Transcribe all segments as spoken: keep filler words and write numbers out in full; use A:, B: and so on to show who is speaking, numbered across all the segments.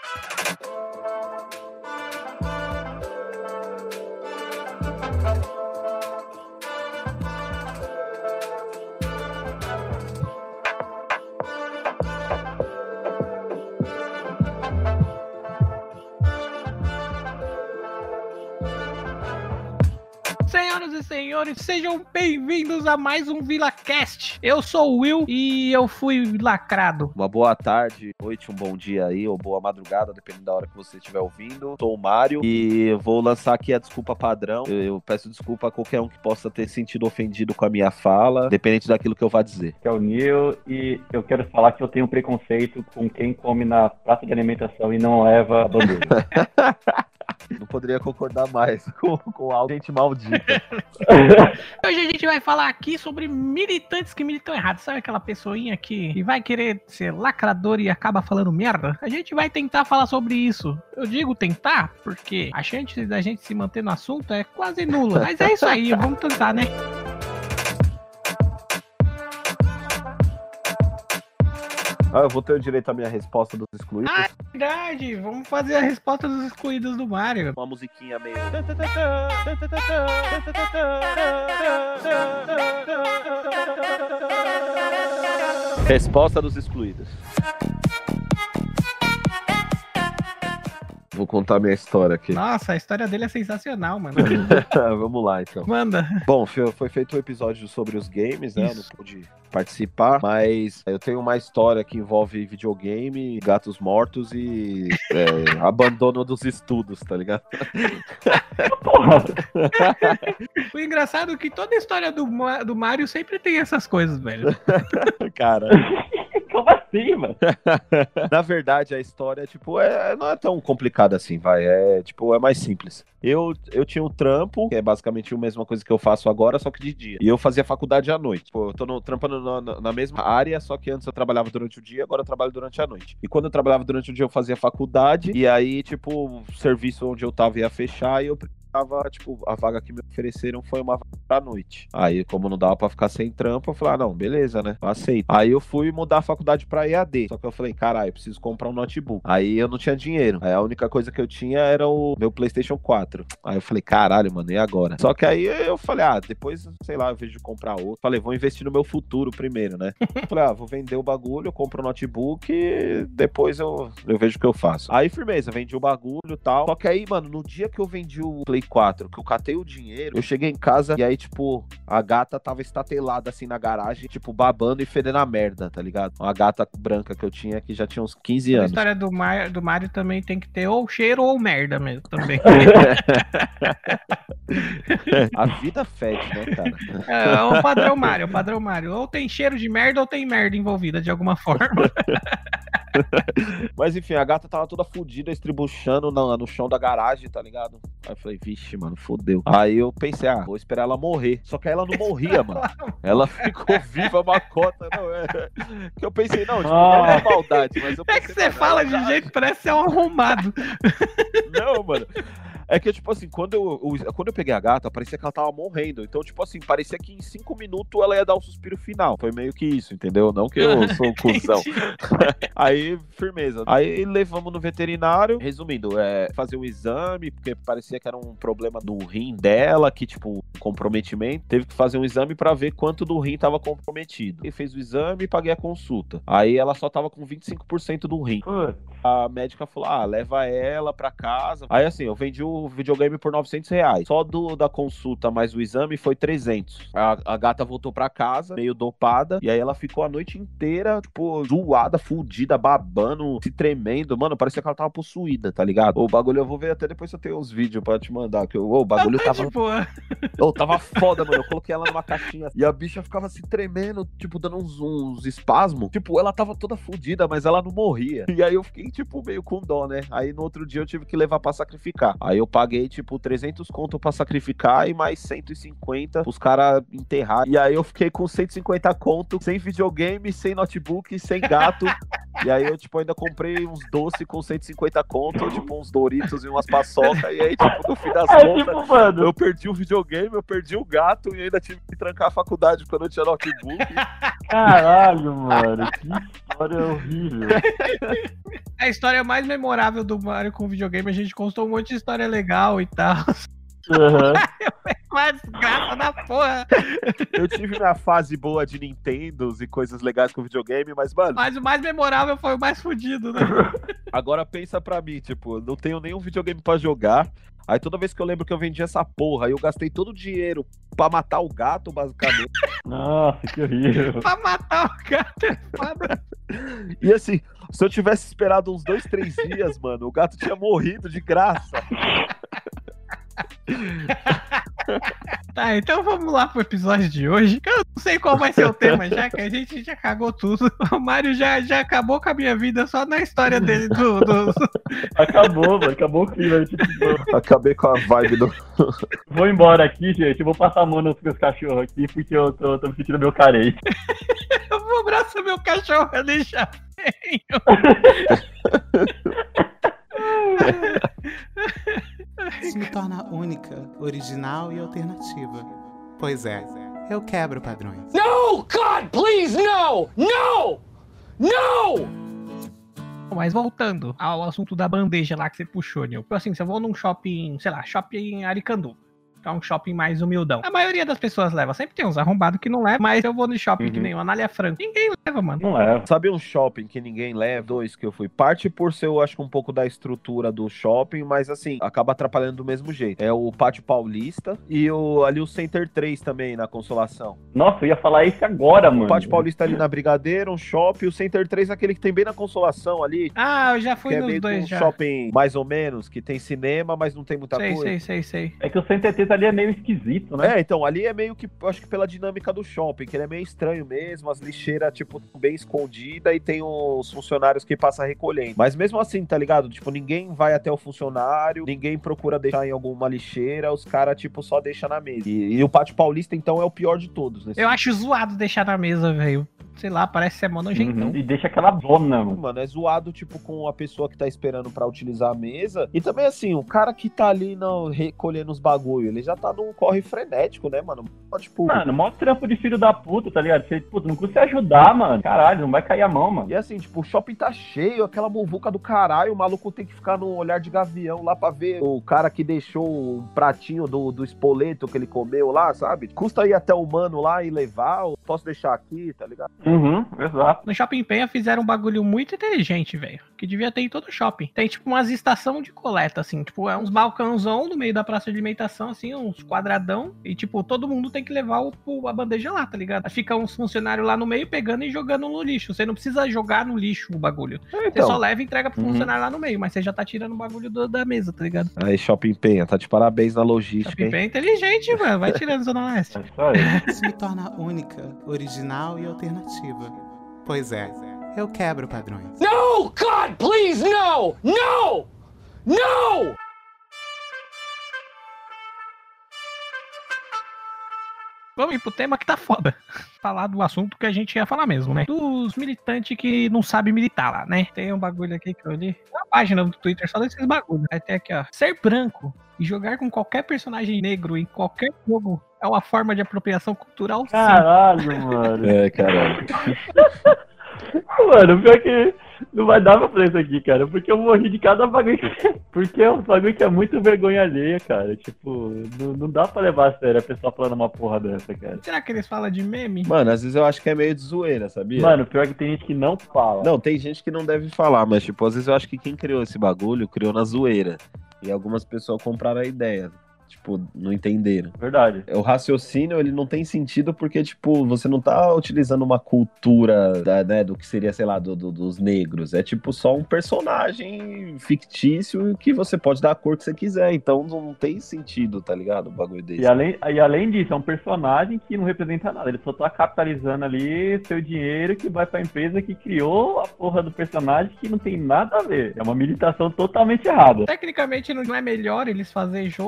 A: Senhoras e senhores, sejam bem-vindos a mais um VilaCast. Eu sou o Will e eu fui lacrado.
B: Uma boa tarde, noite, um bom dia aí, ou boa madrugada, dependendo da hora que você estiver ouvindo. Sou o Mário e vou lançar aqui a desculpa padrão. Eu, eu peço desculpa a qualquer um que possa ter sentido ofendido com a minha fala, dependente daquilo que eu vá dizer.
C: Que é o Nil e eu quero falar que eu tenho preconceito com quem come na praça de alimentação e não leva a bandeja.
B: Não poderia concordar mais com, com algo gente maldita.
A: Hoje a gente vai falar aqui sobre militantes que militam errado. Sabe aquela pessoinha que, que vai querer ser lacrador e acaba falando merda? A gente vai tentar falar sobre isso. Eu digo tentar porque a chance da gente se manter no assunto é quase nula. Mas é isso aí, vamos tentar, né?
B: Ah, eu vou ter o direito à minha resposta dos excluídos?
A: Ah, é verdade! Vamos fazer a resposta dos excluídos do Mario.
B: Uma musiquinha meio... Resposta dos excluídos. Vou contar minha história aqui.
A: Nossa, a história dele é sensacional, mano.
B: Vamos lá, então.
A: Manda.
B: Bom, foi feito um episódio sobre os games, né? Isso. Eu não pude participar, mas eu tenho uma história que envolve videogame, gatos mortos e é, abandono dos estudos, tá ligado?
A: O engraçado é que toda a história do, do Mario sempre tem essas coisas, velho.
B: Cara...
C: Como assim, mano?
B: Na verdade, a história, tipo, é, não é tão complicada assim, vai. É, tipo, é mais simples. Eu, eu tinha um trampo, que é basicamente a mesma coisa que eu faço agora, só que de dia. E eu fazia faculdade à noite. Tipo, eu tô no, trampando na, na mesma área, só que antes eu trabalhava durante o dia, agora eu trabalho durante a noite. E quando eu trabalhava durante o dia, eu fazia faculdade, e aí, tipo, o serviço onde eu tava ia fechar, e eu tava, tipo, a vaga que me ofereceram foi uma vaga pra noite. Aí, como não dava pra ficar sem trampo, eu falei, ah, não, beleza, né? Eu aceito. Aí eu fui mudar a faculdade pra E A D. Só que eu falei, caralho, eu preciso comprar um notebook. Aí eu não tinha dinheiro. Aí a única coisa que eu tinha era o meu PlayStation quatro. Aí eu falei, caralho, mano, e agora? Só que aí eu falei, ah, depois, sei lá, eu vejo de comprar outro. Falei, vou investir no meu futuro primeiro, né? Falei, ah, vou vender o bagulho, eu compro o notebook e depois eu, eu vejo o que eu faço. Aí, firmeza, vendi o bagulho e tal. Só que aí, mano, no dia que eu vendi o Play quatro, que eu catei o dinheiro, eu cheguei em casa e aí, tipo, a gata tava estatelada assim na garagem, tipo, babando e fedendo a merda, tá ligado? Uma gata branca que eu tinha que já tinha uns quinze anos.
A: A história do, Mar, do Mario também tem que ter ou cheiro ou merda mesmo, também.
B: A vida fede, né, cara?
A: É o padrão Mario, o padrão Mario. Ou tem cheiro de merda ou tem merda envolvida de alguma forma.
B: Mas enfim, a gata tava toda fodida, estribuchando no, no chão da garagem, tá ligado? Aí eu falei, vixe, mano, fodeu. Aí eu pensei, ah, vou esperar ela morrer. Só que aí ela não morria, mano. Ela ficou viva, macota. Não, é... Que eu pensei, não, tipo, não é maldade, mas eu pensei...
A: É que você fala de jeito que parece ser um arrombado.
B: Não, mano. É que, tipo assim, quando eu, eu, quando eu peguei a gata, parecia que ela tava morrendo. Então, tipo assim, parecia que em cinco minutos ela ia dar o suspiro final. Foi meio que isso, entendeu? Não que eu sou um cuzão. Aí, firmeza. Aí levamos no veterinário. Resumindo, é fazer um exame, porque parecia que era um problema do rim dela, que, tipo, comprometimento. Teve que fazer um exame pra ver quanto do rim tava comprometido. E fez o exame e paguei a consulta. Aí ela só tava com vinte e cinco por cento do rim. A médica falou, ah, leva ela pra casa. Aí, assim, eu vendi o o videogame por novecentos reais. Só do, da consulta mais o exame foi trezentos. A, a gata voltou pra casa, meio dopada, e aí ela ficou a noite inteira, tipo, zoada, fudida, babando, se tremendo. Mano, parecia que ela tava possuída, tá ligado? O bagulho, eu vou ver até depois se eu tenho uns vídeos pra te mandar, que eu, o bagulho tava... Oh, tava foda, mano. Eu coloquei ela numa caixinha e a bicha ficava se tremendo, tipo, dando uns, uns espasmos. Tipo, ela tava toda fudida, mas ela não morria. E aí eu fiquei, tipo, meio com dó, né? Aí no outro dia eu tive que levar pra sacrificar. Aí eu Eu paguei, tipo, trezentos conto pra sacrificar e mais cento e cinquenta os caras enterrar. E aí eu fiquei com cento e cinquenta conto, sem videogame, sem notebook, sem gato. E aí eu, tipo, ainda comprei uns doces com cento e cinquenta conto, tipo, uns Doritos e umas paçoca. E aí, tipo, no fim das
C: É,
B: contas,
C: tipo, mano.
B: eu perdi o videogame, eu perdi o gato e ainda tive que trancar a faculdade porque eu não tinha notebook.
C: Caralho, mano. Que história horrível.
A: A história mais memorável do Mario com videogame, a gente contou um monte de história legal e tal.
C: Uhum.
A: Uma desgraça da porra.
B: Eu tive minha fase boa de Nintendos e coisas legais com videogame, mas, mano,
A: Mas o mais memorável foi o mais fudido, né?
B: agora pensa pra mim, tipo, não tenho nenhum videogame pra jogar. Aí toda vez que eu lembro que eu vendi essa porra, aí eu gastei todo o dinheiro pra matar o gato, basicamente.
C: Nossa, que horrível.
A: Pra matar o gato é foda.
B: E assim, se eu tivesse esperado uns dois, três dias, mano, o gato tinha morrido de graça.
A: Tá, então vamos lá pro episódio de hoje. Eu não sei qual vai ser o tema, já que a gente já cagou tudo. O Mário já, já acabou com a minha vida só na história dele do. do...
C: Acabou, mano. Acabou o clima. Tipo,
B: Acabei com a vibe do.
C: vou embora aqui, gente. Eu vou passar a mão nos meus cachorros aqui porque eu tô, tô me sentindo meio carente.
A: Eu vou abraçar meu cachorro ali já tenho.
D: Isso me torna única, original e alternativa. Pois é, eu quebro padrões.
E: No, God, please, no! No! No!
A: Mas voltando ao assunto da bandeja lá que você puxou, Nil. Assim, se eu vou num shopping, sei lá, shopping Aricanduva. É um shopping mais humildão. A maioria das pessoas leva. Sempre tem uns arrombados que não levam, mas eu vou no shopping
B: Uhum.
A: que nem o Anália Franco. Ninguém leva, mano.
C: Não é.
B: Sabe um shopping que ninguém leva? Dois que eu fui. Parte por ser, eu acho que um pouco da estrutura do shopping, mas assim, acaba atrapalhando do mesmo jeito. É o Pátio Paulista e o, ali o Center três também, na Consolação.
C: Nossa, eu ia falar isso agora, mano.
B: O Pátio Paulista ali na Brigadeiro, um shopping, o Center três é aquele que tem bem na Consolação ali.
A: Ah, eu já fui
B: Que é
A: nos
B: meio que
A: dois
B: um
A: já.
B: shopping mais ou menos, que tem cinema, mas não tem muita
A: Sei,
B: coisa.
A: sei, sei, sei.
C: É que o cento e setenta ali é meio esquisito, né?
B: É, então, ali é meio que, eu acho que pela dinâmica do shopping, que ele é meio estranho mesmo, as lixeiras, tipo, bem escondidas e tem os funcionários que passam recolhendo. Mas mesmo assim, tá ligado? Tipo, ninguém vai até o funcionário, ninguém procura deixar em alguma lixeira, os caras, tipo, só deixam na mesa. E, e o Pátio Paulista, então, é o pior de todos. Nesse
A: Eu acho zoado deixar na mesa, velho. Sei lá, parece ser mó nojentão.
C: Uhum. E deixa aquela zona, mano.
B: Mano, é zoado, tipo, com a pessoa que tá esperando pra utilizar a mesa. E também, assim, o cara que tá ali no, recolhendo os bagulho, ele já tá num corre frenético, né, mano? Tipo...
C: Mano, mó trampo de filho da puta, tá ligado? Você, puta, não custa ajudar, mano. Caralho, não vai cair a mão, mano.
B: E assim, tipo, o shopping tá cheio, aquela muvuca do caralho, o maluco tem que ficar no olhar de gavião lá pra ver o cara que deixou o pratinho do, do espoleto que ele comeu lá, sabe? Custa ir até o mano lá e levar, ou posso deixar aqui, tá ligado?
C: Uhum, exato.
A: No Shopping Penha fizeram um bagulho muito inteligente, velho. Que devia ter em todo shopping. Tem tipo umas estações de coleta, assim. Tipo, é uns balcãozão no meio da praça de alimentação, assim, uns quadradão. E tipo, todo mundo tem que levar o, o- a bandeja lá, tá ligado? Fica uns funcionários lá no meio pegando e jogando no lixo. Você não precisa jogar no lixo o bagulho. Você
B: Então,
A: só leva e entrega pro
C: Uhum.
A: funcionário lá no meio. Mas você já tá tirando o bagulho do- da mesa, tá ligado?
B: aí Shopping Penha, tá de parabéns na logística,
A: Shopping
B: hein?
A: Penha é inteligente, mano. Vai tirando Zona Leste.
C: É isso aí.
D: Isso me torna única, original e alternativa. Pois é, eu quebro padrões.
E: No, God, please, no! No! No!
A: Vamos ir pro tema que tá foda. Falar do assunto que a gente ia falar mesmo, né? Dos militantes que não sabem militar lá, né? Tem um bagulho aqui que eu li. Uma página do Twitter só desses bagulhos. Aí tem aqui, ó. Ser branco e jogar com qualquer personagem negro em qualquer jogo é uma forma de apropriação cultural, sim.
C: Caralho, mano.
B: É, caralho.
C: Mano, pior que não vai dar pra fazer isso aqui, cara. Porque eu morri de cada bagulho. que- Porque é um bagulho que é muito vergonha alheia, cara. Tipo, não, não dá pra levar a sério a pessoa falando uma porra dessa, cara.
A: Será que eles falam de meme?
B: Mano, às vezes eu acho que é meio de zoeira, sabia?
C: Mano, pior que tem gente que não fala.
B: Não, tem gente que não deve falar, mas, tipo, às vezes eu acho que quem criou esse bagulho criou na zoeira. E algumas pessoas compraram a ideia. Tipo, não entenderam.
C: Verdade.
B: O raciocínio, ele não tem sentido porque, tipo, você não tá utilizando uma cultura, da, né, do que seria, sei lá, do, do- dos negros. É, tipo, só um personagem fictício que você pode dar a cor que você quiser. Então, não tem sentido, tá ligado? Um bagulho desse.
C: E além, e além disso, é um personagem que não representa nada. Ele só tá capitalizando ali seu dinheiro que vai pra empresa que criou a porra do personagem que não tem nada a ver. É uma militação totalmente errada.
A: Tecnicamente não é melhor eles fazerem jogo com personagem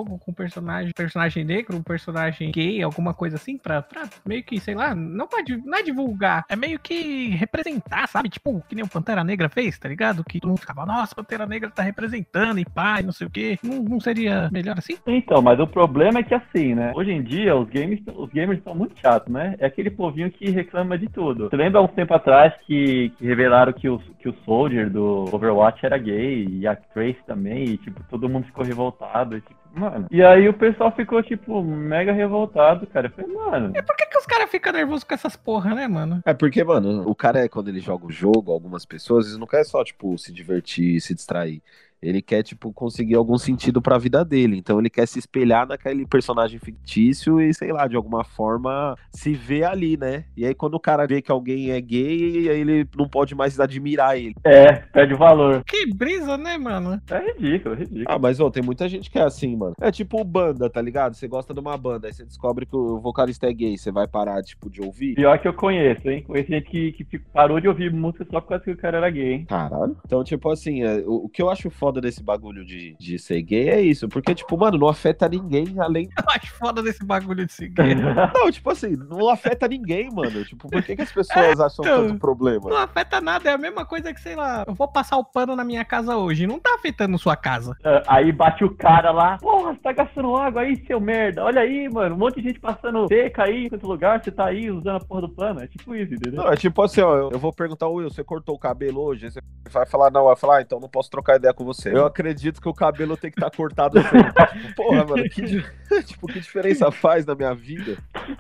A: personagem, personagem negro, um personagem gay, alguma coisa assim, pra, pra meio que, sei lá, não, pra, não é divulgar, é meio que representar, sabe? Tipo, que nem o Pantera Negra fez, tá ligado? Que todo mundo ficava, nossa, Pantera Negra tá representando e pá, e não sei o quê. Não, não seria melhor assim?
C: Então, mas o problema é que assim, né? Hoje em dia, os games, os gamers são muito chatos, né? É aquele povinho que reclama de tudo. Você lembra há um tempo atrás que, que revelaram que o, que o Soldier do Overwatch era gay, e a Trace também, e tipo, todo mundo ficou revoltado, e, tipo, mano. E aí o pessoal ficou, tipo, mega revoltado, cara. Eu falei, mano.
A: E por que, que os caras ficam nervosos com essas porra, né, mano?
B: É porque, mano, o cara, quando ele joga o jogo, algumas pessoas, eles não querem só, tipo, se divertir, se distrair. Ele quer, tipo, conseguir algum sentido pra vida dele. Então ele quer se espelhar naquele personagem fictício e, sei lá, de alguma forma se ver ali, né? E aí quando o cara vê que alguém é gay, aí ele não pode mais admirar ele.
C: É, perde o valor.
A: Que brisa, né, mano?
C: É ridículo, é ridículo.
B: Ah, mas, ó, tem muita gente que é assim, mano. É tipo banda, tá ligado? Você gosta de uma banda, aí você descobre que o vocalista é gay, você vai parar, tipo, de ouvir?
C: Pior que eu conheço, hein? Conheço gente que, que parou de ouvir música só por causa que o cara era gay, hein?
B: Caralho. Então, tipo assim, é, o, o que eu acho foda desse bagulho de, de ser gay é isso. Porque, tipo, mano, não afeta ninguém além.
A: Eu acho foda desse bagulho de ser gay.
B: Não, tipo assim, não afeta ninguém, mano. Tipo, por que, que as pessoas
A: É,
B: acham
A: então,
B: tanto problema?
A: Não afeta nada, é a mesma coisa que, sei lá, eu vou passar o pano na minha casa hoje. Não tá afetando sua casa.
C: Aí bate o cara lá, porra, você tá gastando água aí, seu merda. Olha aí, mano, um monte de gente passando seca aí em qualquer lugar, você tá aí usando a porra do pano. É tipo isso, entendeu?
B: Não, é tipo assim, ó, eu, eu vou perguntar, Will, você cortou o cabelo hoje? Aí você vai falar, não, vai falar, ah, então não posso trocar ideia com você. Eu acredito que o cabelo tem que estar cortado sempre. Tipo, porra, mano, que, di- tipo, que diferença faz na minha vida?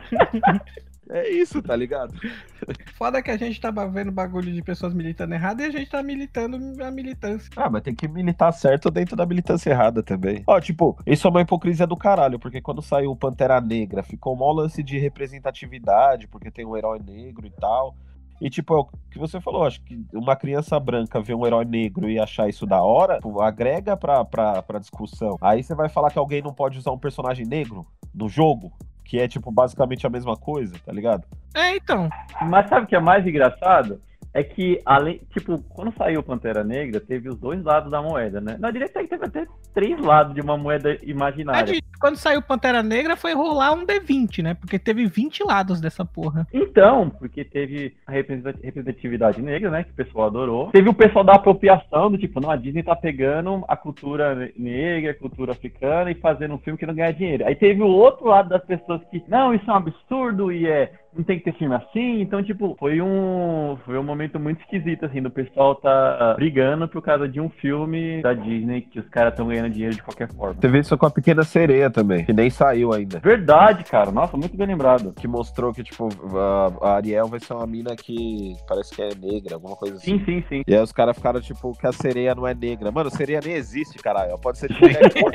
B: É isso, tá ligado?
A: Foda que a gente tava vendo bagulho de pessoas militando errado e a gente tá militando a militância.
B: Ah, mas tem que militar certo dentro da militância errada também. Ó, tipo, isso é uma hipocrisia do caralho, porque quando saiu o Pantera Negra, ficou um maior lance de representatividade, porque tem um herói negro e tal. E, tipo, é o que você falou, acho que uma criança branca ver um herói negro e achar isso da hora, tipo, agrega pra, pra, pra discussão. Aí você vai falar que alguém não pode usar um personagem negro no jogo, que é, tipo, basicamente a mesma coisa, tá ligado?
A: É, então.
C: Mas sabe o que é mais engraçado? É que, além, tipo, quando saiu Pantera Negra, teve os dois lados da moeda, né? Na direita teve até três lados de uma moeda imaginária.
A: É de- quando saiu Pantera Negra foi rolar um D vinte, né? Porque teve vinte lados dessa porra.
C: Então, porque teve a representa- representatividade negra, né? Que o pessoal adorou. Teve o pessoal da apropriação, do tipo, não, a Disney tá pegando a cultura ne- negra, a cultura africana e fazendo um filme que não ganha dinheiro. Aí teve o outro lado das pessoas que, não, isso é um absurdo e é, não tem que ter filme assim. Então, tipo, foi um, foi um momento muito esquisito, assim, do pessoal tá brigando por causa de um filme da Disney que os caras estão ganhando dinheiro de qualquer forma.
B: Você vê isso com a Pequena Sereia também, que nem saiu ainda.
C: Verdade, cara. Nossa, muito bem lembrado.
B: Que mostrou que, tipo, a, a Ariel vai ser uma mina que parece que é negra, alguma coisa assim.
C: Sim, sim, sim.
B: E aí os caras ficaram, tipo, que a sereia não é negra. Mano, sereia nem existe, caralho. Ela pode ser de qualquer cor.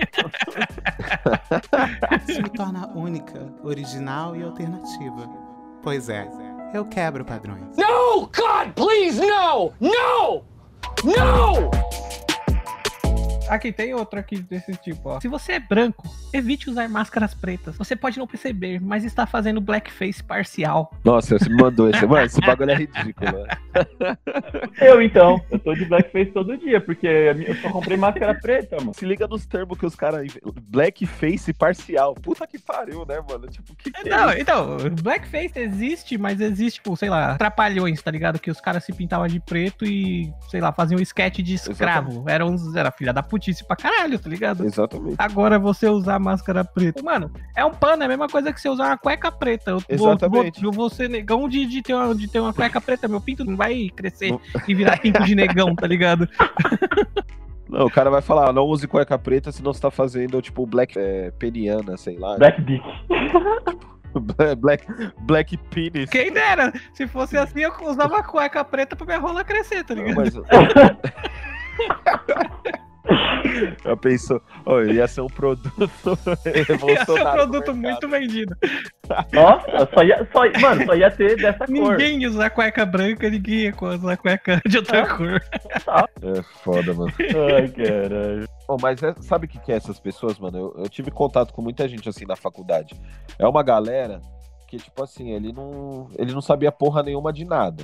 D: Isso me torna única, original e alternativa. Pois é, eu quebro padrões.
E: No! God, please, no! No! No!
A: Aqui tem outro aqui desse tipo, ó. Se você é branco, evite usar máscaras pretas. Você pode não perceber, mas está fazendo blackface parcial.
B: Nossa, você me mandou esse. Mano, esse bagulho é ridículo, né?
C: Eu, então. Eu tô de blackface todo dia, porque eu só comprei máscara preta, mano.
B: Se liga nos termos que os caras... Blackface parcial. Puta que pariu, né, mano? Tipo, que que
A: Não,
B: é isso?
A: então, blackface existe, mas existe, tipo, sei lá, trapalhões, tá ligado? Que os caras se pintavam de preto e, sei lá, faziam um sketch de escravo. Era, uns, era filha da putice pra caralho, tá ligado?
B: Exatamente.
A: Agora você usar máscara preta. Mano, é um pano, é a mesma coisa que você usar uma cueca preta. Eu vou,
B: Exatamente.
A: Vou, eu vou ser negão de, de, ter uma, de ter uma cueca preta. Meu pinto não vai crescer e virar pinto de negão, tá ligado?
B: Não, o cara vai falar, não use cueca preta, senão você tá fazendo, tipo, black é, peniana, sei lá.
C: Black Dick.
B: Black, black penis.
A: Quem dera, se fosse assim, eu usava cueca preta pra minha rola crescer, tá
B: Não,
A: ligado?
B: mas... Já pensou? Oh, ia ser um produto
A: Esse é um
B: revolucionário no
A: produto
B: mercado.
A: muito vendido.
C: Nossa, só ia, só, mano, só ia ter dessa cor.
A: Ninguém ia usar cueca branca, ninguém ia usar cueca de outra cor.
B: É foda, mano.
C: Ai, caralho.
B: Oh, mas é- sabe o que, que é essas pessoas, mano? Eu, eu tive contato com muita gente assim na faculdade. É uma galera que, tipo assim, ele não, ele não sabia porra nenhuma de nada.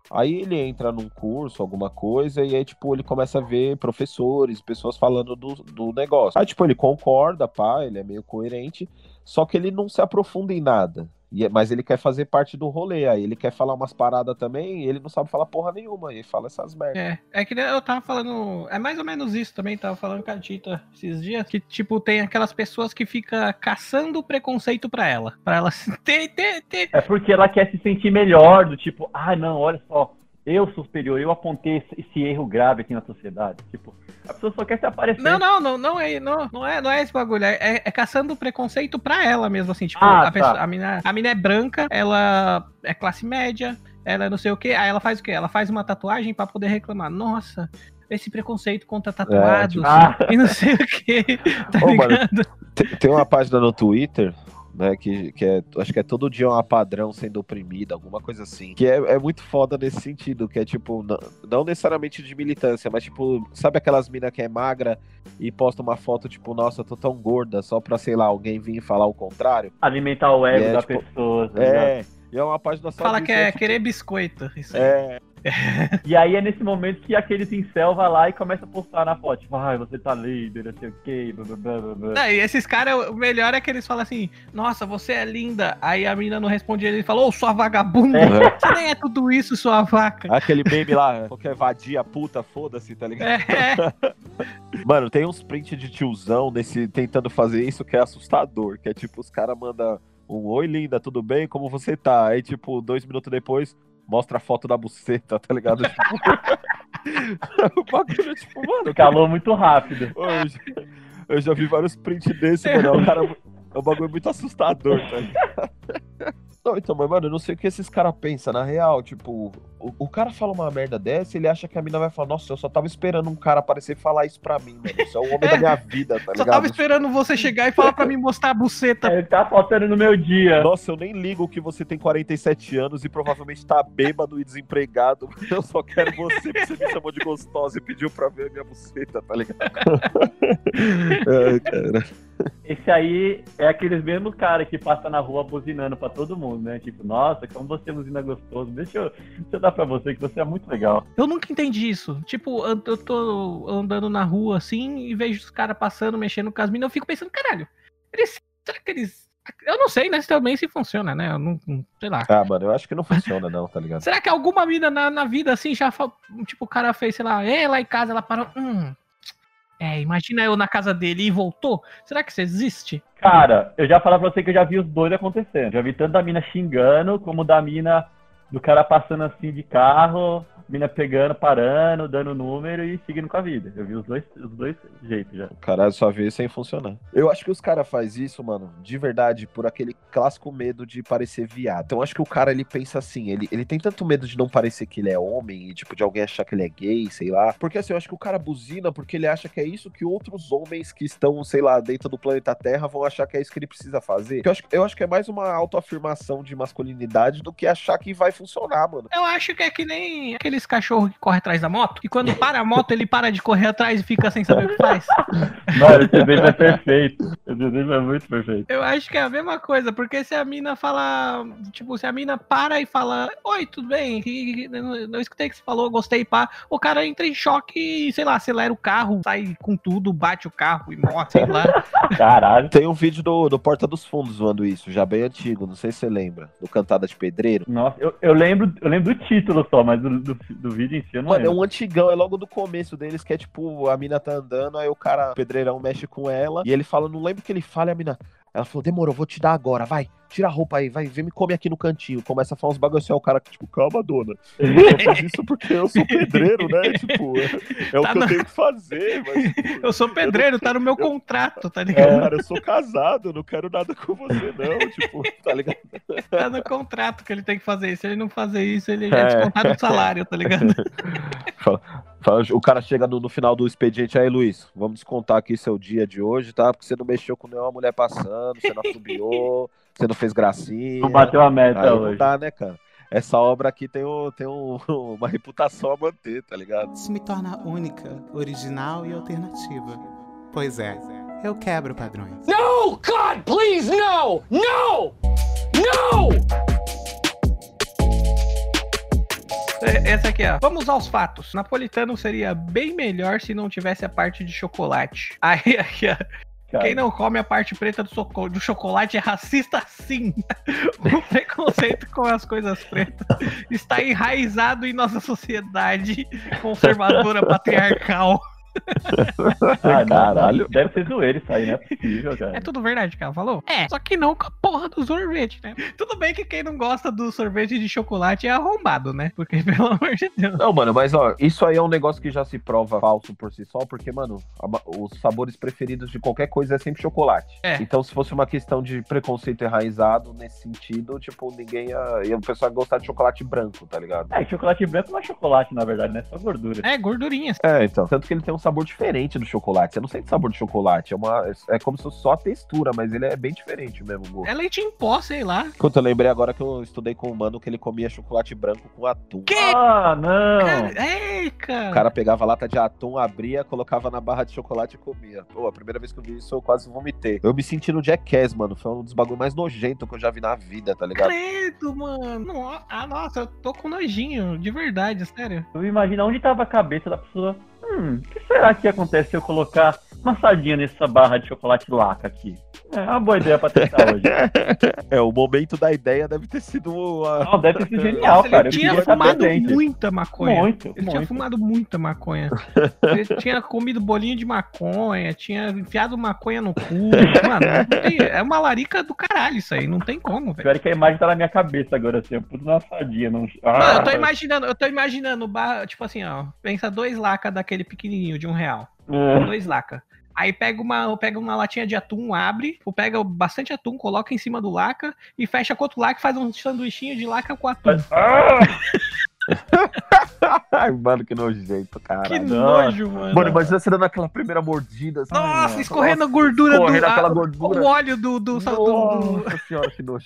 B: Aí ele entra num curso, alguma coisa, e aí, tipo, ele começa a ver professores, pessoas falando do, do negócio. Aí, tipo, ele concorda, pá, ele é meio coerente, só que ele não se aprofunda em nada. E, mas ele quer fazer parte do rolê, aí ele quer falar umas paradas também, e ele não sabe falar porra nenhuma, e ele fala essas merdas.
A: É, é que eu tava falando, é mais ou menos isso também, tava falando com a Tita esses dias, que tipo, tem aquelas pessoas que ficam caçando preconceito pra ela, pra ela ter, ter, ter...
C: É porque ela quer se sentir melhor, do tipo, ah, não, olha só, eu sou superior, eu apontei esse, esse erro grave aqui na sociedade. Tipo, a pessoa só quer se aparecer.
A: Não, não, não, não é, não, não é, não é esse bagulho. É, é caçando preconceito pra ela mesmo, assim. Tipo,
C: ah,
A: a,
C: tá.
A: pessoa, a, mina, a mina é branca, ela é classe média, ela é não sei o quê. Aí ela faz o quê? Ela faz uma tatuagem pra poder reclamar. Nossa, esse preconceito contra tatuados
C: é, tipo...
A: e não sei o quê. Tá
B: Ô,
A: ligado?
B: mano, tem, tem uma página no Twitter, né, que, que é, acho que é todo dia uma padrão sendo oprimida, alguma coisa assim, que é, é muito foda nesse sentido, que é tipo, não, não necessariamente de militância, mas tipo, sabe aquelas minas que é magra e posta uma foto tipo, nossa, eu tô tão gorda, só pra, sei lá, alguém vir falar o contrário?
C: Alimentar o ego
B: é,
C: da
B: tipo,
C: pessoa. Tá
B: é, e é uma página só
A: Fala
B: disso,
A: que é
B: né, tipo,
A: querer biscoito, isso aí.
B: É,
C: E aí é nesse momento que aquele pincel vai lá e começa a postar na foto. Tipo, ai, você tá líder, não sei o quê, blá, blá, blá, blá.
A: Não, e esses caras, o melhor é que eles falam assim, nossa, você é linda. Aí a menina não responde, ele fala, ô, sua vagabunda,
B: É.
A: você nem é tudo isso, sua vaca.
B: aquele meme lá, qualquer vadia, puta, foda-se, tá ligado?
A: É,
B: Mano, tem uns prints de tiozão nesse, tentando fazer isso que é assustador, que é tipo, os caras mandam um oi linda, tudo bem? Como você tá? Aí tipo, dois minutos depois, mostra a foto da buceta, tá ligado? Tipo... o bagulho, tipo, mano...
C: Calou muito rápido.
B: Eu já, eu já vi vários prints desse, mano, é um, cara, é um bagulho muito assustador, tá ligado? Não, então, mas, mano, eu não sei o que esses caras pensam, na real, tipo, o, o cara fala uma merda dessa, ele acha que a mina vai falar, nossa, eu só tava esperando um cara aparecer e falar isso pra mim, mano, isso é o homem
A: É,
B: da minha vida, tá
A: só
B: ligado?
A: tava esperando você chegar e falar pra mim mostrar a buceta.
C: É, tá faltando no meu dia.
B: Nossa, eu nem ligo que você tem quarenta e sete anos e provavelmente tá bêbado e desempregado. Eu só quero você, porque você me chamou de gostosa e pediu pra ver a minha buceta, tá ligado? Ai, cara.
C: Esse aí é aqueles mesmos caras que passa na rua buzinando pra todo mundo, né? Tipo, nossa, como você buzina gostoso. Deixa eu, deixa eu dar pra você que você é muito legal.
A: Eu nunca entendi isso. Tipo, eu eu tô andando na rua assim e vejo os caras passando, mexendo com as minas, eu fico pensando, caralho, eles, será que eles... Eu não sei, né, se também se funciona, né? Eu não, sei lá.
B: Ah, mano, eu acho que não funciona não, tá ligado?
A: Será que alguma mina na, na vida assim já, fa- tipo, o cara fez, sei lá, é lá em casa, ela parou, hum... É, imagina eu na casa dele e voltou. Será que isso existe?
C: Cara, eu já falei pra você que eu já vi os dois acontecendo. Já vi tanto da mina xingando, como da mina, do cara passando assim de carro, mina pegando, parando, dando número e seguindo com a vida. Eu vi os dois, os dois jeitos já.
B: Caralho, só vê sem funcionar. Eu acho que os caras fazem isso, mano, de verdade, por aquele clássico medo de parecer viado. Então, eu acho que o cara, ele pensa assim, ele, ele tem tanto medo de não parecer que ele é homem e, tipo, de alguém achar que ele é gay, sei lá. Porque, assim, eu acho que o cara buzina porque ele acha que é isso que outros homens que estão, sei lá, dentro do planeta Terra vão achar que é isso que ele precisa fazer. Eu acho, eu acho que é mais uma autoafirmação de masculinidade do que achar que vai funcionar, mano.
A: Eu acho que é que nem aqueles cachorros que correm atrás da moto, e quando para a moto, ele para de correr atrás e fica sem saber o que faz.
C: Mano, esse exemplo é perfeito. Esse exemplo é muito perfeito.
A: Eu acho que é a mesma coisa, porque se a mina fala, tipo, se a mina para e fala, oi, tudo bem? E- e- Eu não escutei o que você falou, gostei, pá. O cara entra em choque e, sei lá, acelera o carro, sai com tudo, bate o carro e morre, sei lá.
C: Caralho.
B: Tem um vídeo do, do Porta dos Fundos zoando isso, já bem antigo, não sei se você lembra, do Cantada de Pedreiro.
C: Nossa, eu, eu, lembro, eu lembro do título só, mas do, do, do vídeo em si eu não
B: Mano, é
C: lembro.
B: um antigão, é logo do começo deles, que é tipo, a mina tá andando, aí o cara, o pedreirão, mexe com ela, e ele fala, não lembro o que ele fala, e a mina, ela falou, demorou, vou te dar agora, vai, tira a roupa aí, vai, vem me come aqui no cantinho. Começa a falar uns bagulho assim, aí o cara, tipo, calma, dona, eu só fiz isso porque eu sou pedreiro, né, tipo, é, é
A: Tá
B: o que
A: no-
B: eu tenho que fazer, mas, tipo,
A: Eu sou pedreiro, tá no meu contrato, tá ligado?
B: cara, eu sou casado, eu não quero nada com você, não, tipo, tá ligado?
A: Tá no contrato que ele tem que fazer isso. Se ele não fazer isso, ele é
B: É.
A: descontado do salário, tá ligado?
B: Fala- fala- O cara chega no, no final do expediente, aí, Luiz, vamos descontar aqui seu dia de hoje, tá? Porque você não mexeu com nenhuma mulher passando, você não assobiou, você não fez gracinha.
C: Não bateu a meta
B: Aí não
C: hoje.
B: dá, né, cara? Essa obra aqui tem, um, tem um- uma reputação a manter, tá ligado?
D: Isso me torna única, original e alternativa. Pois é, eu quebro padrões.
E: No! God, please, no! No! No!
A: É, Aqui, ó. Vamos aos fatos. Napolitano seria bem melhor se não tivesse a parte de chocolate. Aí, aqui, ó.
C: Cara.
A: Quem não come a parte preta do, soco- do chocolate é racista, sim. O preconceito com as coisas pretas está enraizado em nossa sociedade conservadora patriarcal.
C: Ah, não,
B: Caralho.
C: Deve ser zoeira isso aí, não é possível, cara.
A: É tudo verdade, cara, falou? É, só que não com a porra do sorvete, né? Tudo bem que quem não gosta do sorvete de chocolate é arrombado, né? Porque, pelo amor de Deus.
B: Não, mano, mas ó, isso aí é um negócio que já se prova falso por si só, porque, mano, a ma- os sabores preferidos de qualquer coisa é sempre chocolate.
A: É.
B: Então, se fosse uma questão de preconceito enraizado nesse sentido, tipo, ninguém ia. ia o pessoal ia gostar de chocolate branco, tá ligado?
C: É, chocolate branco não é chocolate, na verdade, né? É só gordura.
A: É, gordurinhas.
B: É, então. Tanto que ele tem um sabor diferente do chocolate. Você não sente sabor de chocolate. É, uma, é como se fosse só a textura, mas ele é bem diferente mesmo. O gosto.
A: É leite em pó, sei lá.
B: Enquanto eu lembrei agora que eu estudei com um mano que ele comia chocolate branco com atum.
A: Que?
C: Ah, não!
A: Cara, é, cara.
B: O cara pegava a lata de atum, abria, colocava na barra de chocolate e comia. Pô, a primeira vez que eu vi isso, eu quase vomitei. Eu me senti no Jackass, mano. Foi um dos bagulhos mais nojentos que eu já vi na vida, tá ligado?
A: Credo, mano. No- Ah, nossa, eu tô com nojinho, de verdade, sério.
C: Eu imagino onde tava a cabeça da pessoa. Hum, o que será que acontece se eu colocar uma sardinha nessa barra de chocolate laca aqui? É uma boa ideia pra testar hoje.
B: É, o momento da ideia deve ter sido uma...
C: Não, deve ter sido genial,
A: Nossa,
C: cara.
A: ele
C: Eu
A: tinha
C: queria estar
A: fumado
C: presente.
A: muita maconha.
C: Muito,
A: Ele tinha
C: muito.
A: fumado muita maconha. Ele tinha comido bolinho de maconha, tinha enfiado maconha no cu. Mano, não tem- é uma larica do caralho isso aí, não tem como, velho.
C: Pior que a imagem tá na minha cabeça agora, assim. Eu puto numa sardinha. Não...
A: Mano, eu tô imaginando, eu tô imaginando, bar- tipo assim, ó, pensa dois laca daquele pequenininho de um real.
C: É.
A: Dois laca. Aí pega uma, pega uma latinha de atum, abre, pega bastante atum, coloca em cima do laca e fecha com outro laca e faz um sanduichinho de laca com atum.
C: Ah!
B: Ai, mano, que nojento, cara.
A: Que
C: Nossa.
A: nojo, mano.
B: Mano, imagina você dando aquela primeira mordida. Assim,
A: Nossa,
B: Ai,
A: escorrendo a
B: nossa,
A: gordura
B: escorrendo
A: do...
B: aquela
A: a-
B: gordura.
A: O óleo do... do, do, do-
B: Nossa senhora, que nojo.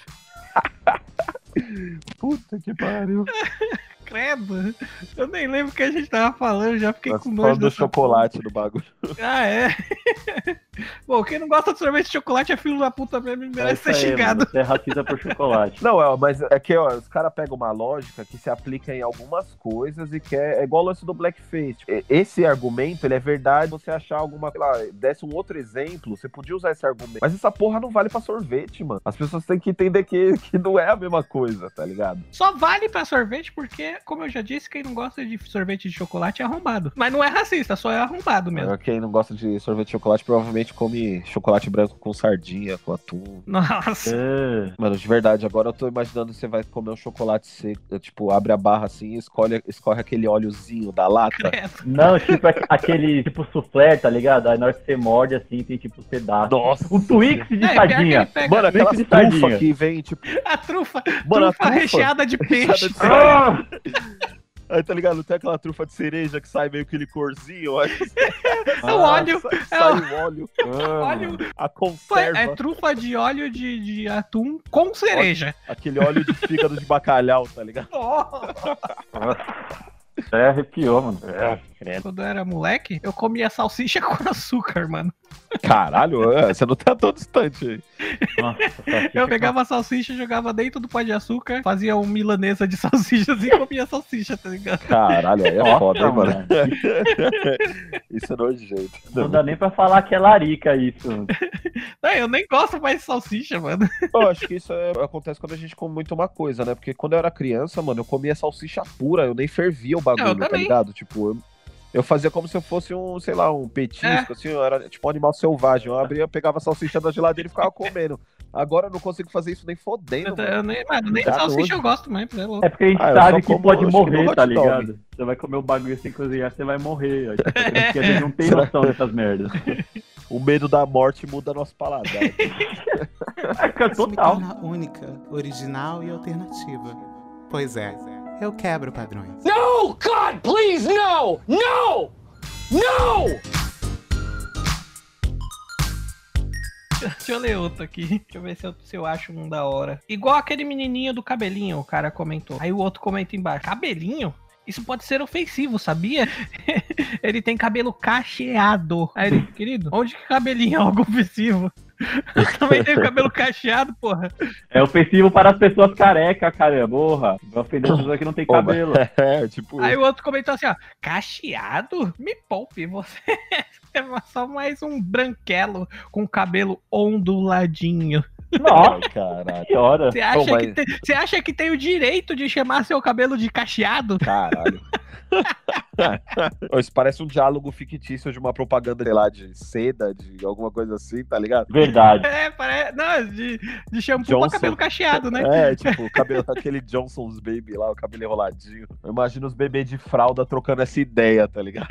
B: Puta que pariu.
A: Credo. Eu nem lembro o que a gente tava falando, já fiquei
B: Nós
A: com
B: falando
A: nojo
B: do
A: dessa
B: chocolate do bagulho.
A: porra. Ah, é? Bom, quem não gosta de sorvete de chocolate é filho da puta mesmo e
C: É
A: merece
C: isso
A: ser
C: aí,
A: xingado.
C: mano, você é racista por chocolate.
B: Não, é, mas é que, ó, os caras pegam uma lógica que se aplica em algumas coisas e que é, é igual o lance do blackface. E- Esse argumento, ele é verdade, você achar alguma, sei lá, desse um outro exemplo, você podia usar esse argumento. Mas essa porra não vale pra sorvete, mano. As pessoas têm que entender que, que não é a mesma coisa, tá ligado?
A: Só vale pra sorvete porque, como eu já disse, quem não gosta de sorvete de chocolate é arrombado. Mas não é racista, só é arrombado mesmo.
B: Quem não gosta de sorvete de chocolate provavelmente come chocolate branco com sardinha, com atum.
A: Nossa.
C: É.
B: Mano, de verdade, agora eu tô imaginando você vai comer um chocolate seco, tipo, abre a barra assim e escolhe, escorre aquele óleozinho da lata.
A: Credo.
C: Não, tipo aque- aquele tipo soufflé, tá ligado? Aí na hora que você morde assim, tem tipo pedaço.
B: Nossa.
C: Um Twix de
A: É, pior que
C: sardinha.
A: ele pega
B: Mano, aquela
C: Twix de
B: trufa
C: sardinha.
B: que vem, tipo,
A: a trufa,
B: Mano, a
A: trufa
B: trufa
A: recheada de peixe.
B: de
C: Ah!
B: aí tá ligado? Tem aquela trufa de cereja que sai meio aquele corzinho, aí
A: É o óleo.
B: sai,
A: É
B: sai
A: o-
B: o óleo,
A: óleo.
B: a conserva,
A: É trufa de óleo de, de atum com cereja.
B: aquele óleo de fígado de bacalhau, tá ligado?
C: É, arrepiou, mano. É, credo.
A: Quando eu era moleque, eu comia salsicha com açúcar, mano.
B: Caralho, é, você não tá tão distante aí.
C: Nossa, salsicha
A: Eu pegava a salsicha, jogava dentro do pó de açúcar, fazia um milanesa de salsichas e comia salsicha, tá ligado?
B: Caralho, aí é
C: Nossa,
B: foda, hein, mano.
C: mano.
B: Isso é nojento.
C: Não dá nem pra falar que é larica isso.
A: Não, eu nem gosto mais de salsicha, mano.
B: Eu acho que isso é- acontece quando a gente come muito uma coisa, né? Porque quando eu era criança, mano, eu comia salsicha pura, eu nem fervia o bagulho,
A: Eu
B: tá
A: também.
B: ligado? Tipo, eu, eu fazia como se eu fosse um, sei lá, um petisco, assim, eu era tipo um animal selvagem. Eu abria, pegava a salsicha da geladeira e ficava comendo. Agora eu não consigo fazer isso nem fodendo,
A: Eu,
B: mano.
A: eu nem, mano, nem
B: Dá
A: salsicha
B: nojo.
A: eu gosto mais, é louco.
C: É porque a gente
B: Ah, eu
C: sabe
B: só
C: que
B: como,
C: pode
B: acho que no
C: morrer,
B: hot
C: tá
B: dog.
C: ligado? Você vai comer o bagulho sem cozinhar, você vai morrer. Aí, porque a gente não tem
B: Será?
C: noção dessas merdas.
B: O medo da morte muda nosso paladar.
C: É, fica
D: Isso me
C: total.
D: torna única, original e alternativa. Pois é, eu quebro padrões.
E: No! God, please, no! No! No!
A: Deixa eu ler outro aqui. Deixa eu ver se eu, se eu acho um da hora. Igual aquele menininho do cabelinho, o cara comentou. Aí o outro comenta embaixo. Cabelinho? Isso pode ser ofensivo, sabia? Ele tem cabelo cacheado. Aí ele, querido, onde que cabelinho é algo ofensivo? Eu também tenho cabelo cacheado, porra.
C: É ofensivo para as pessoas carecas, caramba. Porra, vai ofender as pessoas que não tem cabelo.
B: É, tipo...
A: Aí o outro comentou assim, ó, cacheado? Me poupe, você é só mais um branquelo com cabelo onduladinho.
C: Nossa,
B: caralho.
C: Que hora.
A: Você acha,
B: Pô, mas-
A: que tem, você acha que tem o direito de chamar seu cabelo de cacheado?
B: Caralho. Isso parece um diálogo fictício de uma propaganda, sei lá, de seda, de alguma coisa assim, tá ligado?
C: Verdade.
A: É, parece. Não, de, de shampoo
B: Johnson.
A: pra cabelo cacheado, né?
B: É, tipo, o cabelo, aquele Johnson's Baby lá, o cabelo enroladinho. Eu imagino os bebês de fralda trocando essa ideia, tá ligado?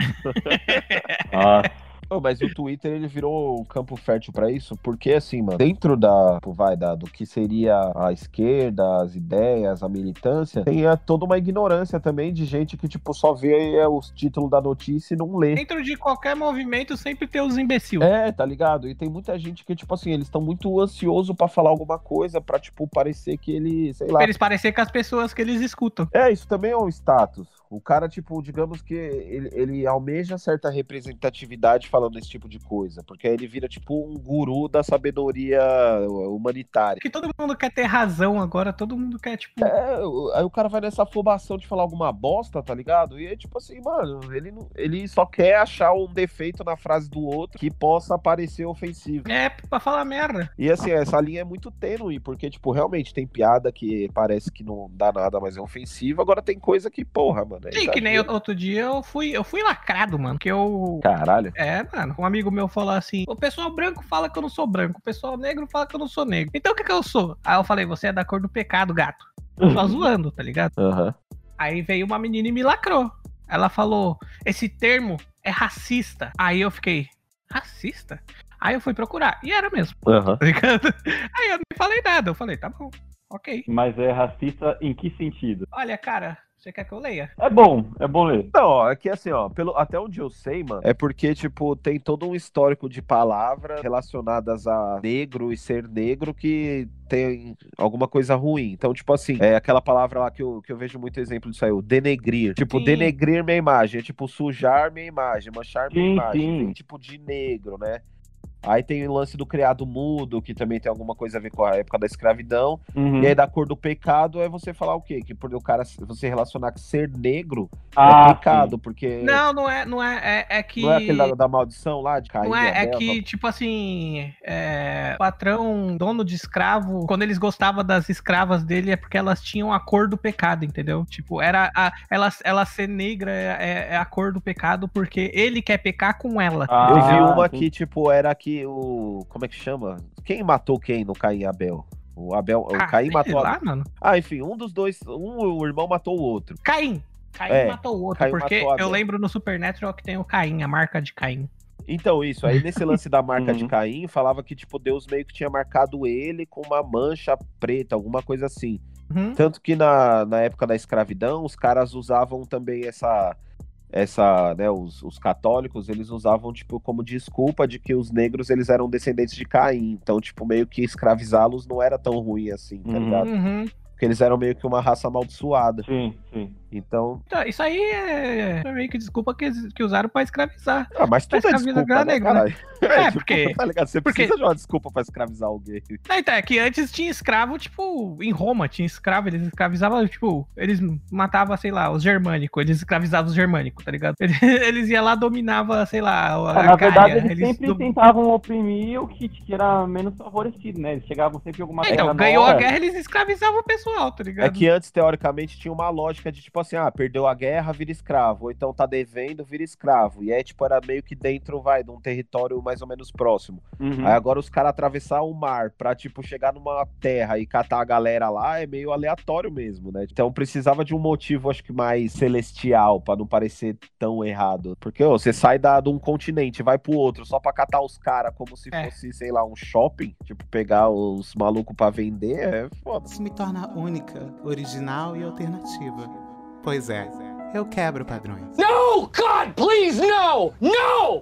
C: Nossa.
B: Ô, mas o Twitter, ele virou um campo fértil pra isso, porque assim, mano, dentro da, tipo, vai, da, do que seria a esquerda, as ideias, a militância, tem é, toda uma ignorância também de gente que, tipo, só vê é, os títulos da notícia e não lê.
A: Dentro de qualquer movimento sempre tem os imbecil.
B: É, tá ligado? E tem muita gente que, tipo assim, eles estão muito ansiosos pra falar alguma coisa, pra, tipo, parecer que ele, sei lá...
A: Pra eles parecer com as pessoas que eles escutam.
B: É, isso também é um status. O cara, tipo, digamos que ele, ele almeja certa representatividade falando esse tipo de coisa, porque aí ele vira, tipo, um guru da sabedoria humanitária.
A: Porque todo mundo quer ter razão agora, todo mundo quer, tipo...
B: É, aí o cara vai nessa afobação de falar alguma bosta, tá ligado? E é tipo assim, mano, ele, não, ele só quer achar um defeito na frase do outro que possa parecer ofensivo.
A: É, pra falar merda.
B: E assim, essa linha é muito tênue, porque, tipo, realmente tem piada que parece que não dá nada, mas é ofensivo. Agora tem coisa que, porra, mano. É
A: Sim, que nem
B: exagero.
A: outro dia eu fui, eu fui lacrado, mano. Que eu.
B: Caralho.
A: É, mano. Um amigo meu falou assim: o pessoal branco fala que eu não sou branco, o pessoal negro fala que eu não sou negro. Então o que que eu sou? Aí eu falei: você é da cor do pecado, gato. Só zoando, tá ligado?
B: Aham.
A: Aí veio uma menina e me lacrou. Ela falou: esse termo é racista. Aí eu fiquei: racista? Aí eu fui procurar. E era mesmo,
B: Aham.
A: tá ligado? Aí eu não falei nada. Eu falei: tá bom, ok.
C: Mas é racista em que sentido?
A: Olha, cara, você quer que eu leia?
C: É bom, é bom ler.
B: Não, ó, é que assim, ó, pelo, até onde eu sei, mano, é porque, tipo, tem todo um histórico de palavras relacionadas a negro e ser negro que tem alguma coisa ruim. Então, tipo assim, é aquela palavra lá que eu, que eu vejo muito exemplo disso aí, o denegrir. Tipo,
A: Sim.
B: denegrir minha imagem, é tipo sujar minha imagem, manchar minha
C: Sim,
B: imagem.
C: sim.
B: Vem, tipo, de negro, né? Aí tem o lance do criado mudo, que também tem alguma coisa a ver com a época da escravidão.
C: Uhum.
B: E aí, da cor do pecado, é você falar o quê? Que por o cara, você relacionar que ser negro
C: Ah,
B: é pecado, porque
A: Não, não é, não é, é, é que...
B: não é aquele da, da maldição lá, de Caim
A: Não
B: e
A: é, é
B: Abel,
A: que, tipo assim, é, o patrão, dono de escravo, quando eles gostavam das escravas dele é porque elas tinham a cor do pecado, entendeu? Tipo, era a, ela, ela ser negra é, é a cor do pecado porque ele quer pecar com ela.
C: Ah,
B: Eu vi uma
C: sim.
B: que, tipo, era que o... Como é que chama? Quem matou quem no Caim e Abel? O Abel... O
A: Ah,
B: Caim
A: sei
B: matou...
A: lá,
B: A...
A: mano.
B: Ah, enfim, um dos dois... Um, o irmão matou o outro.
A: Caim. Caim
B: É,
A: matou o outro,
B: Caim
A: porque
B: matou Abel.
A: eu lembro no Supernatural que tem o Caim, a marca de Caim.
B: Então, isso. Aí, nesse lance da marca de
C: Uhum.
B: Caim, falava que, tipo, Deus meio que tinha marcado ele com uma mancha preta, alguma coisa assim.
A: Uhum.
B: Tanto que na, na época da escravidão, os caras usavam também essa... essa, né, os, os católicos, eles usavam, tipo, como desculpa de que os negros, eles eram descendentes de Caim. Então, tipo, meio que escravizá-los não era tão ruim assim, tá
C: Uhum.
B: ligado?
A: Uhum.
B: Porque eles eram meio que uma raça amaldiçoada.
C: Sim, sim.
B: Então...
A: Então, isso aí é é meio que desculpa que, que usaram pra escravizar.
B: Ah, mas tudo é
A: escravizar
B: desculpa, né,
A: negro, né?
B: caralho?
A: É,
B: tipo,
A: porque-
B: tá ligado? Você
A: porque-
B: precisa de uma desculpa pra escravizar alguém.
A: Não, então, é que antes tinha escravo, tipo, em Roma tinha escravo, eles escravizavam, tipo, eles matavam, sei lá, os germânicos, eles escravizavam os germânicos, tá ligado? Eles, eles iam lá, dominavam, sei lá, a
C: Ah, na
A: Gália,
C: verdade, eles,
A: eles
C: sempre
A: dom-
C: tentavam oprimir o que, que era menos favorecido, né? Eles chegavam sempre em alguma
A: É, Então,
C: terra
A: ganhou a
C: nova.
A: guerra, eles escravizavam o pessoal, tá ligado?
B: É que antes, teoricamente, tinha uma lógica de, tipo assim, ah, perdeu a guerra, vira escravo. Ou então tá devendo, vira escravo. E é, tipo, era meio que dentro, vai, de um território mais ou menos próximo.
C: Uhum.
B: Aí agora os caras atravessar o mar pra, tipo, chegar numa terra e catar a galera lá é meio aleatório mesmo, né? Então precisava de um motivo, acho que mais celestial, pra não parecer tão errado. Porque, ô, você sai da, de um continente, vai pro outro, só pra catar os caras como se
A: É.
B: fosse, sei lá, um shopping. Tipo, pegar os malucos pra vender, é foda.
D: Isso me torna única, original e alternativa. Pois é, eu quebro padrões.
E: No, God, please, no! No!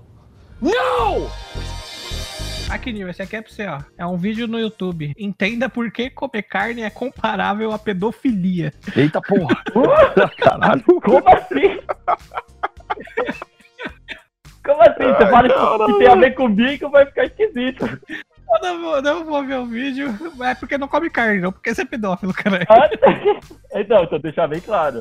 E: No!
A: Aqui, Nil, esse aqui é pra você, ó. É um vídeo no YouTube. Entenda por que comer carne é comparável à pedofilia.
B: Eita porra! Caralho!
C: Como assim? Como assim? Você fala que tem a ver comigo, vai ficar esquisito.
A: Eu não vou, não vou ver o vídeo, é porque não come carne, não, porque você é pedófilo, caralho.
C: Ah, então, então deixar bem claro.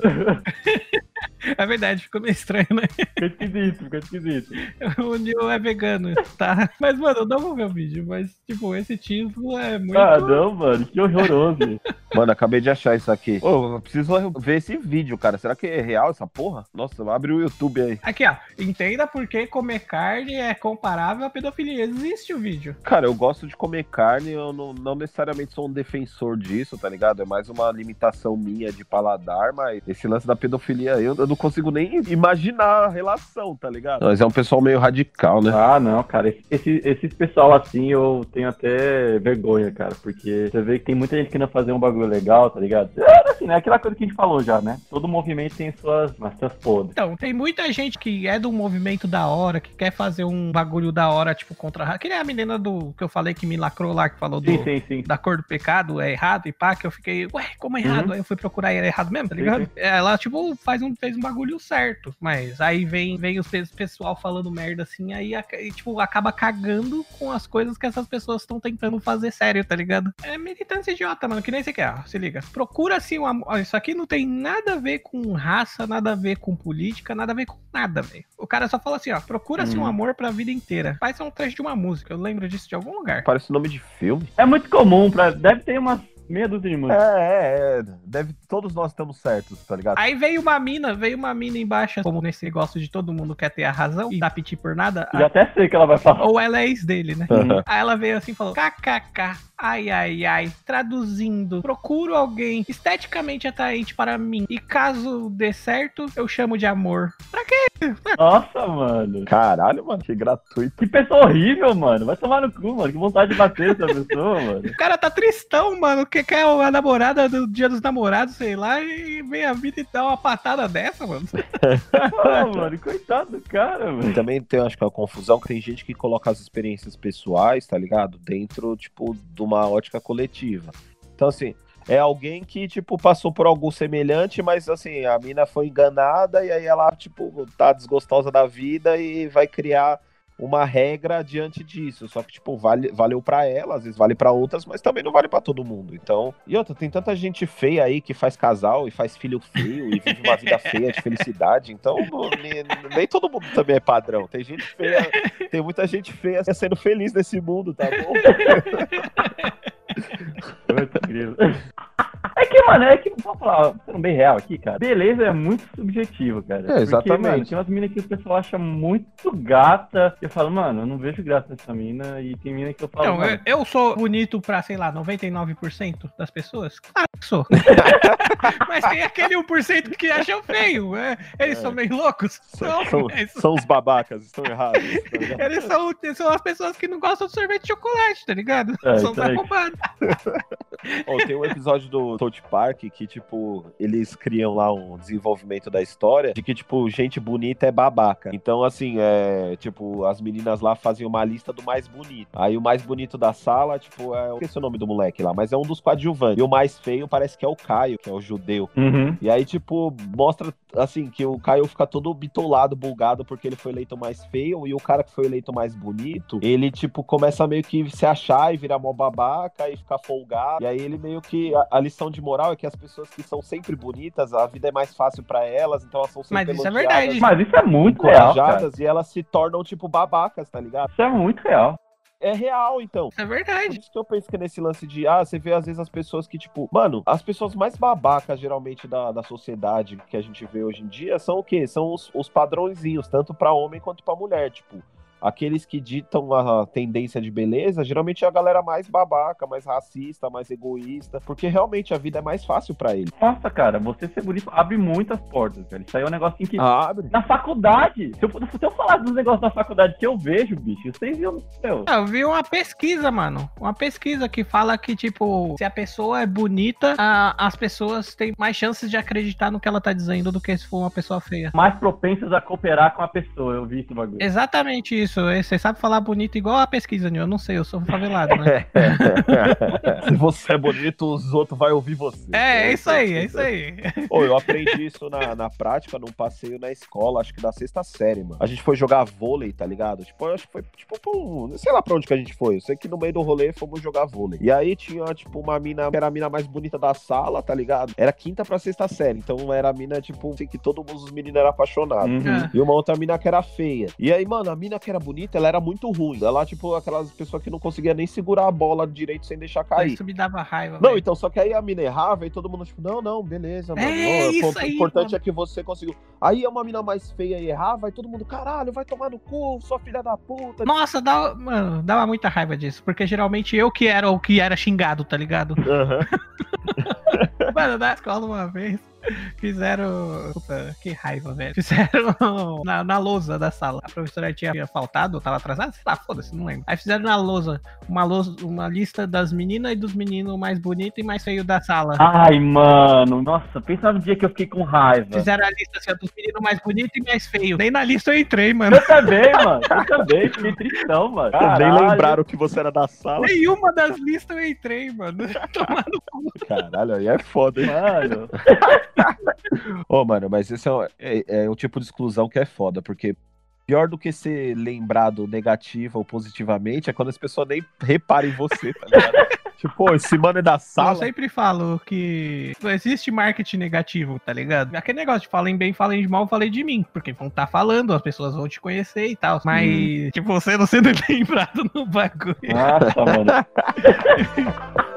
A: É verdade, ficou meio estranho, né?
C: Ficou esquisito, ficou esquisito.
A: O Nil é vegano, tá? Mas, mano, eu não vou ver o vídeo, mas, tipo, esse título é muito...
C: Ah, não, mano, que horroroso.
B: Mano, acabei de achar isso aqui. Ô, eu preciso ver esse vídeo, cara. Será que é real essa porra? Nossa, abre o YouTube aí.
A: Aqui, ó. Entenda por que comer carne é comparável à pedofilia. Existe o vídeo.
B: Cara, eu gosto de comer carne, eu não, não necessariamente sou um defensor disso, tá ligado? É mais uma limitação minha de paladar, mas esse lance da pedofilia, eu, eu não consigo nem imaginar a relação, tá ligado? Mas é um pessoal meio radical, né?
C: Ah, não, cara. Esse, esse, esses pessoal assim, eu tenho até vergonha, cara, porque você vê que tem muita gente que não fazer um bagulho legal, tá ligado? É assim, né? Aquela coisa que a gente falou já, né? Todo movimento tem suas, suas podres.
A: Então, tem muita gente que é do movimento da hora, que quer fazer um bagulho da hora, tipo, contra... Aquele é a menina do que eu falei que me lacrou lá, que falou do,
C: Sim, sim, sim.
A: da cor do pecado, é errado, e pá, que eu fiquei, ué, como é errado?
C: Uhum.
A: Aí eu fui procurar e era errado mesmo, tá
C: Sim,
A: ligado?
C: sim.
A: Ela, tipo, faz um, fez um bagulho certo, mas aí vem, vem os pe- pessoal falando merda assim, aí, aca- e, tipo, acaba cagando com as coisas que essas pessoas estão tentando fazer sério, tá ligado? É militância idiota, mano, que nem você quer, ó, se liga. Procura, assim, um amor, ó, isso aqui não tem nada a ver com raça, nada a ver com política, nada a ver com nada, velho. O cara só fala assim, ó, procura-se um
C: Hum.
A: amor pra vida inteira. Faz um trecho de uma música, eu lembro disso de algum lugar.
B: Parece nome de filme.
C: É muito comum, pra... deve ter umas meia dúzia de músicas.
B: É, é, é. Deve, todos nós estamos certos, tá ligado?
A: Aí veio uma mina, veio uma mina embaixo, como nesse negócio de todo mundo quer ter a razão e dá piti por nada.
C: Já até sei o que ela vai falar.
A: Ou ela é ex dele, né?
B: Uhum.
A: Aí ela veio assim e falou: kkk, ai ai ai, traduzindo, procuro alguém esteticamente atraente para mim. E caso dê certo, eu chamo de amor. Pra quê?
C: Nossa, mano.
B: Caralho, mano, que gratuito.
C: Que pessoa horrível, mano. Vai tomar no cu, mano. Que vontade de bater essa pessoa, mano.
A: O cara tá tristão, mano, que quer a namorada do dia dos namorados, sei lá, e vem a vida e dá uma patada dessa, mano.
C: Ah, mano, coitado do cara,
B: E
C: mano.
B: também tem, acho que, a confusão que tem gente que coloca as experiências pessoais, tá ligado? Dentro, tipo, de uma ótica coletiva. Então, assim, é alguém que, tipo, passou por algo semelhante, mas, assim, a mina foi enganada e aí ela, tipo, tá desgostosa da vida e vai criar uma regra diante disso. Só que, tipo, vale, valeu pra ela, às vezes vale pra outras, mas também não vale pra todo mundo. Então, e outra, tem tanta gente feia aí que faz casal e faz filho feio e vive uma vida feia de felicidade. Então, não- nem, nem todo mundo também é padrão. Tem gente feia, tem muita gente feia sendo feliz nesse mundo, tá bom?
C: Puta grilo. É que, mano, é que, vamos falar, sendo bem real aqui, cara, beleza é muito subjetivo, cara.
B: É, exatamente.
C: Porque, mano, tem umas minas que o pessoal acha muito gata. Eu falo, mano, eu não vejo graça nessa mina. E tem mina que eu falo,
A: Então,
C: mano,
A: eu, eu sou bonito pra, sei lá, noventa e nove por cento das pessoas? Claro que sou. Mas tem aquele um por cento que acham feio. É, eles
B: É.
A: são meio loucos.
B: São,
A: Não,
B: são,
A: mas
B: são os babacas, estão errados. Tá ligado?
A: eles são, são as pessoas que não gostam de sorvete de chocolate, tá ligado?
C: É,
A: são
C: isso aí.
A: arrombados.
B: Ó, tem um episódio do South Park que, tipo, eles criam lá um desenvolvimento da história de que, tipo, gente bonita é babaca. Então, assim, é, tipo, as meninas lá fazem uma lista do mais bonito. Aí o mais bonito da sala, tipo, é... Eu esqueci o nome do moleque lá, mas é um dos coadjuvantes. E o mais feio parece que é o Caio, que é o judeu.
C: Uhum.
B: E aí, tipo, mostra, assim, que o Caio fica todo bitolado, bulgado, porque ele foi eleito mais feio, e o cara que foi eleito mais bonito, ele, tipo, começa meio que se achar e virar mó babaca e ficar folgado. E aí ele meio que... A, a lição de moral é que as pessoas que são sempre bonitas, a vida é mais fácil pra elas, então elas são sempre
A: Mas isso é
B: elogiadas,
A: verdade.
C: Mas isso é muito real, cara.
B: encorajadas, e elas se tornam, tipo, babacas, tá ligado?
C: Isso é muito real.
B: É real, então.
A: É
B: Por
A: verdade.
B: isso que eu penso que nesse lance de, ah, você vê às vezes as pessoas que, tipo, mano, as pessoas mais babacas, geralmente, da, da sociedade que a gente vê hoje em dia são o quê? São os, os padrõezinhos, tanto pra homem quanto pra mulher, tipo. Aqueles que ditam a tendência de beleza, geralmente é a galera mais babaca, mais racista, mais egoísta, porque realmente a vida é mais fácil pra ele.
C: Nossa, cara, você ser bonito abre muitas portas, velho. Isso aí é um negocinho que...
B: Abre.
C: Na faculdade, se eu, se eu falar dos negócios da faculdade que eu vejo, bicho, vocês viram, meu...
A: Ah, eu vi uma pesquisa, mano. Uma pesquisa que fala que, tipo, se a pessoa é bonita, a- as pessoas têm mais chances de acreditar no que ela tá dizendo do que se for uma pessoa feia.
C: mais propensas a cooperar com a pessoa, eu vi esse bagulho.
A: Exatamente isso. isso, você sabe falar bonito igual a pesquisa, né? Eu não sei, eu sou favelado, né?
B: Se você é bonito, os outros vão ouvir você.
A: É, é isso aí, é isso aí.
B: Ô, eu aprendi isso na, na prática, num passeio na escola, acho que da sexta série, mano. A gente foi jogar vôlei, tá ligado? Tipo, eu acho que foi, tipo, um, sei lá pra onde que a gente foi. Eu sei que no meio do rolê fomos jogar vôlei. E aí tinha, tipo, uma mina, que era a mina mais bonita da sala, tá ligado? Era quinta pra sexta série, então era a mina, tipo, assim, que todo mundo, os meninos eram apaixonados.
C: Uhum.
B: E uma outra mina que era feia. E aí, mano, a mina que era bonita, ela era muito ruim. Ela, tipo, aquelas pessoas que não conseguia nem segurar a bola direito sem deixar cair.
A: Isso me dava raiva.
B: Não,
A: véio.
B: então, só que aí a mina errava e todo mundo, tipo, não, não, beleza, mano.
A: É,
B: Não,
A: isso
B: o
A: aí,
B: importante
A: mano.
B: é que você conseguiu. Aí uma mina mais feia e errava, e todo mundo, caralho, vai tomar no cu, sua filha da puta.
A: Nossa, dava, mano, dava muita raiva disso, porque geralmente eu que era o que era xingado, tá ligado?
B: Aham.
A: Mano, na escola uma vez, fizeram... Puta, que raiva, velho. Fizeram na, na lousa da sala. A professora tinha faltado, tava atrasada, sei lá, foda-se, não lembro. Aí fizeram na lousa uma, lousa, uma lista das meninas e dos meninos mais bonitos e mais feios da sala.
C: Ai, mano, nossa, pensa no dia que eu fiquei com raiva.
A: Fizeram a lista assim, ó, dos meninos mais bonitos e mais feios. Nem na lista eu entrei, mano.
C: Eu também, mano, eu também, fiquei tristão, mano.
B: Nem
C: Caralho.
B: lembraram que você era da sala.
A: Nenhuma das listas eu entrei, mano. Tomar no cu.
B: Caralho, aí é foda, hein?
C: Mano,
B: Ô, mano, mas esse é, um- é, é um tipo de exclusão que é foda, porque pior do que ser lembrado negativo ou positivamente é quando as pessoas nem reparam em você, tá ligado? Tipo, pô, esse mano é da
A: Eu
B: sala.
A: sempre falo que não existe marketing negativo, tá ligado? Aquele negócio de falem bem, falem de mal, falem de mim. Porque vão estar falando, as pessoas vão te conhecer e tal. Mas, tipo, você não sendo lembrado no bagulho.
C: nossa, mano.